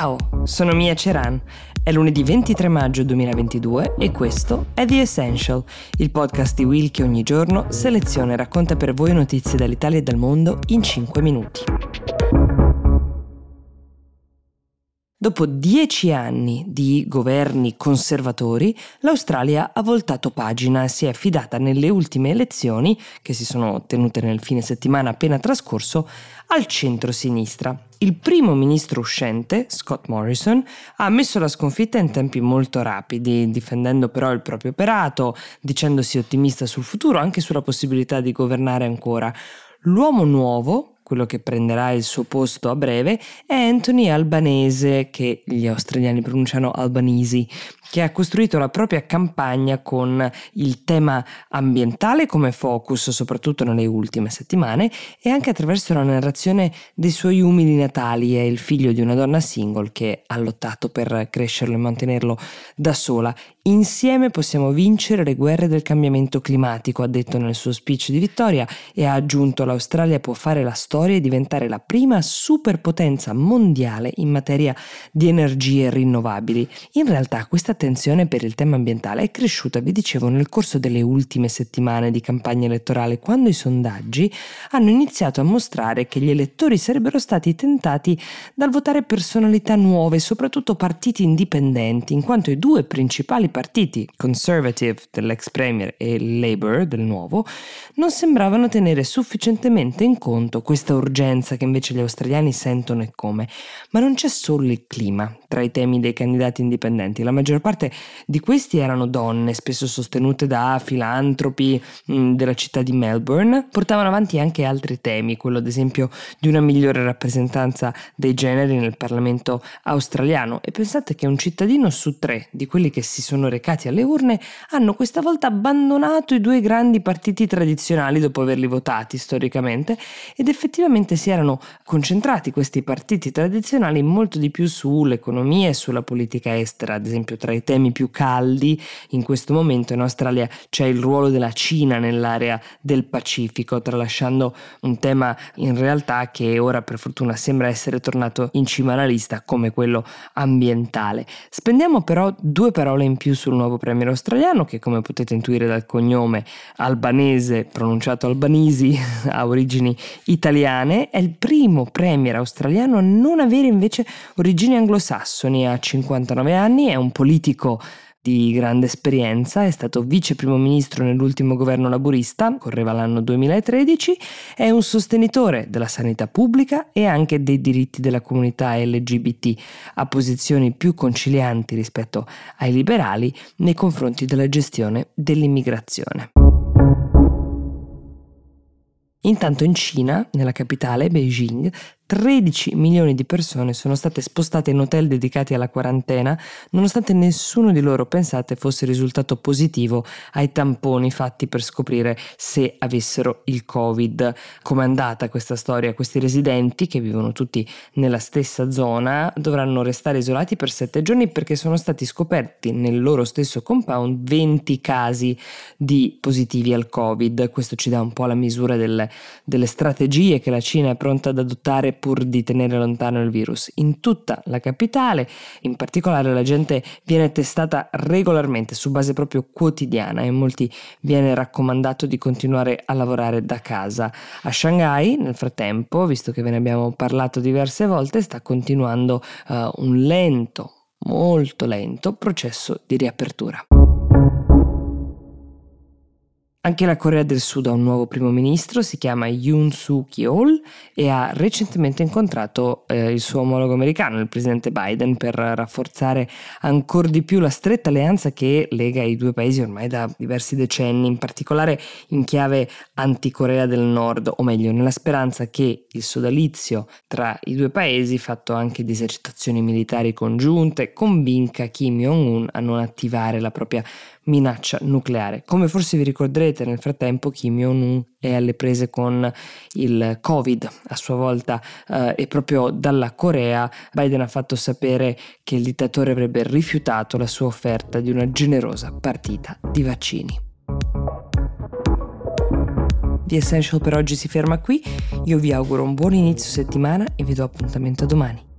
Ciao, sono Mia Ceran. È lunedì 23 maggio 2022 e questo è The Essential, il podcast di Will che ogni giorno seleziona e racconta per voi notizie dall'Italia e dal mondo in 5 minuti. Dopo 10 anni di governi conservatori, l'Australia ha voltato pagina e si è affidata nelle ultime elezioni, che si sono tenute nel fine settimana appena trascorso, al centro-sinistra. Il primo ministro uscente, Scott Morrison, ha ammesso la sconfitta in tempi molto rapidi, difendendo però il proprio operato, dicendosi ottimista sul futuro, anche sulla possibilità di governare ancora. L'uomo nuovo, quello che prenderà il suo posto a breve, è Anthony Albanese, che gli australiani pronunciano Albanese, che ha costruito la propria campagna con il tema ambientale come focus, soprattutto nelle ultime settimane, e anche attraverso la narrazione dei suoi umili natali. È il figlio di una donna single che ha lottato per crescerlo e mantenerlo da sola. Insieme possiamo vincere le guerre del cambiamento climatico, ha detto nel suo speech di vittoria, e ha aggiunto: l'Australia può fare la storia e diventare la prima superpotenza mondiale in materia di energie rinnovabili. In realtà questa attenzione per il tema ambientale è cresciuta, vi dicevo, nel corso delle ultime settimane di campagna elettorale, quando i sondaggi hanno iniziato a mostrare che gli elettori sarebbero stati tentati dal votare personalità nuove, soprattutto partiti indipendenti, in quanto i due principali partiti, Conservative dell'ex premier e Labour del nuovo, non sembravano tenere sufficientemente in conto questa urgenza che invece gli australiani sentono e come. Ma non c'è solo il clima tra i temi dei candidati indipendenti. La maggior parte di questi erano donne, spesso sostenute da filantropi della città di Melbourne. Portavano avanti anche altri temi, quello ad esempio di una migliore rappresentanza dei generi nel Parlamento australiano. E pensate che un cittadino su 3 di quelli che si sono recati alle urne hanno questa volta abbandonato i due grandi partiti tradizionali dopo averli votati storicamente, ed effettivamente si erano concentrati questi partiti tradizionali molto di più sull'economia e sulla politica estera. Ad esempio, tra i temi più caldi in questo momento in Australia c'è il ruolo della Cina nell'area del Pacifico, tralasciando un tema in realtà che ora per fortuna sembra essere tornato in cima alla lista come quello ambientale. Spendiamo però 2 parole in più sul nuovo premier australiano, che come potete intuire dal cognome Albanese, pronunciato Albanese, ha origini italiane. È il primo premier australiano a non avere invece origini anglosassoni. Ha 59 anni, è un politico di grande esperienza, è stato vice primo ministro nell'ultimo governo laburista, correva l'anno 2013, è un sostenitore della sanità pubblica e anche dei diritti della comunità LGBT, ha posizioni più concilianti rispetto ai liberali nei confronti della gestione dell'immigrazione. Intanto in Cina, nella capitale, Beijing, 13 milioni di persone sono state spostate in hotel dedicati alla quarantena, nonostante nessuno di loro, pensate, fosse risultato positivo ai tamponi fatti per scoprire se avessero il Covid. Com'è andata questa storia? Questi residenti, che vivono tutti nella stessa zona, dovranno restare isolati per 7 giorni perché sono stati scoperti nel loro stesso compound 20 casi di positivi al Covid. Questo ci dà un po' la misura delle strategie che la Cina è pronta ad adottare pur di tenere lontano il virus. In tutta la capitale, in particolare, la gente viene testata regolarmente, su base proprio quotidiana, e molti viene raccomandato di continuare a lavorare da casa. A Shanghai, nel frattempo, visto che ve ne abbiamo parlato diverse volte, sta continuando un lento, molto lento processo di riapertura. Anche la Corea del Sud ha un nuovo primo ministro, si chiama Yoon Suk-yeol, e ha recentemente incontrato il suo omologo americano, il presidente Biden, per rafforzare ancora di più la stretta alleanza che lega i due paesi ormai da diversi decenni, in particolare in chiave anti-Corea del Nord, o meglio, nella speranza che il sodalizio tra i due paesi, fatto anche di esercitazioni militari congiunte, convinca Kim Jong-un a non attivare la propria minaccia nucleare. Come forse vi ricorderete, nel frattempo Kim Jong-un è alle prese con il Covid a sua volta, e proprio dalla Corea Biden ha fatto sapere che il dittatore avrebbe rifiutato la sua offerta di una generosa partita di vaccini. The Essential per oggi si ferma qui, io vi auguro un buon inizio settimana e vi do appuntamento a domani.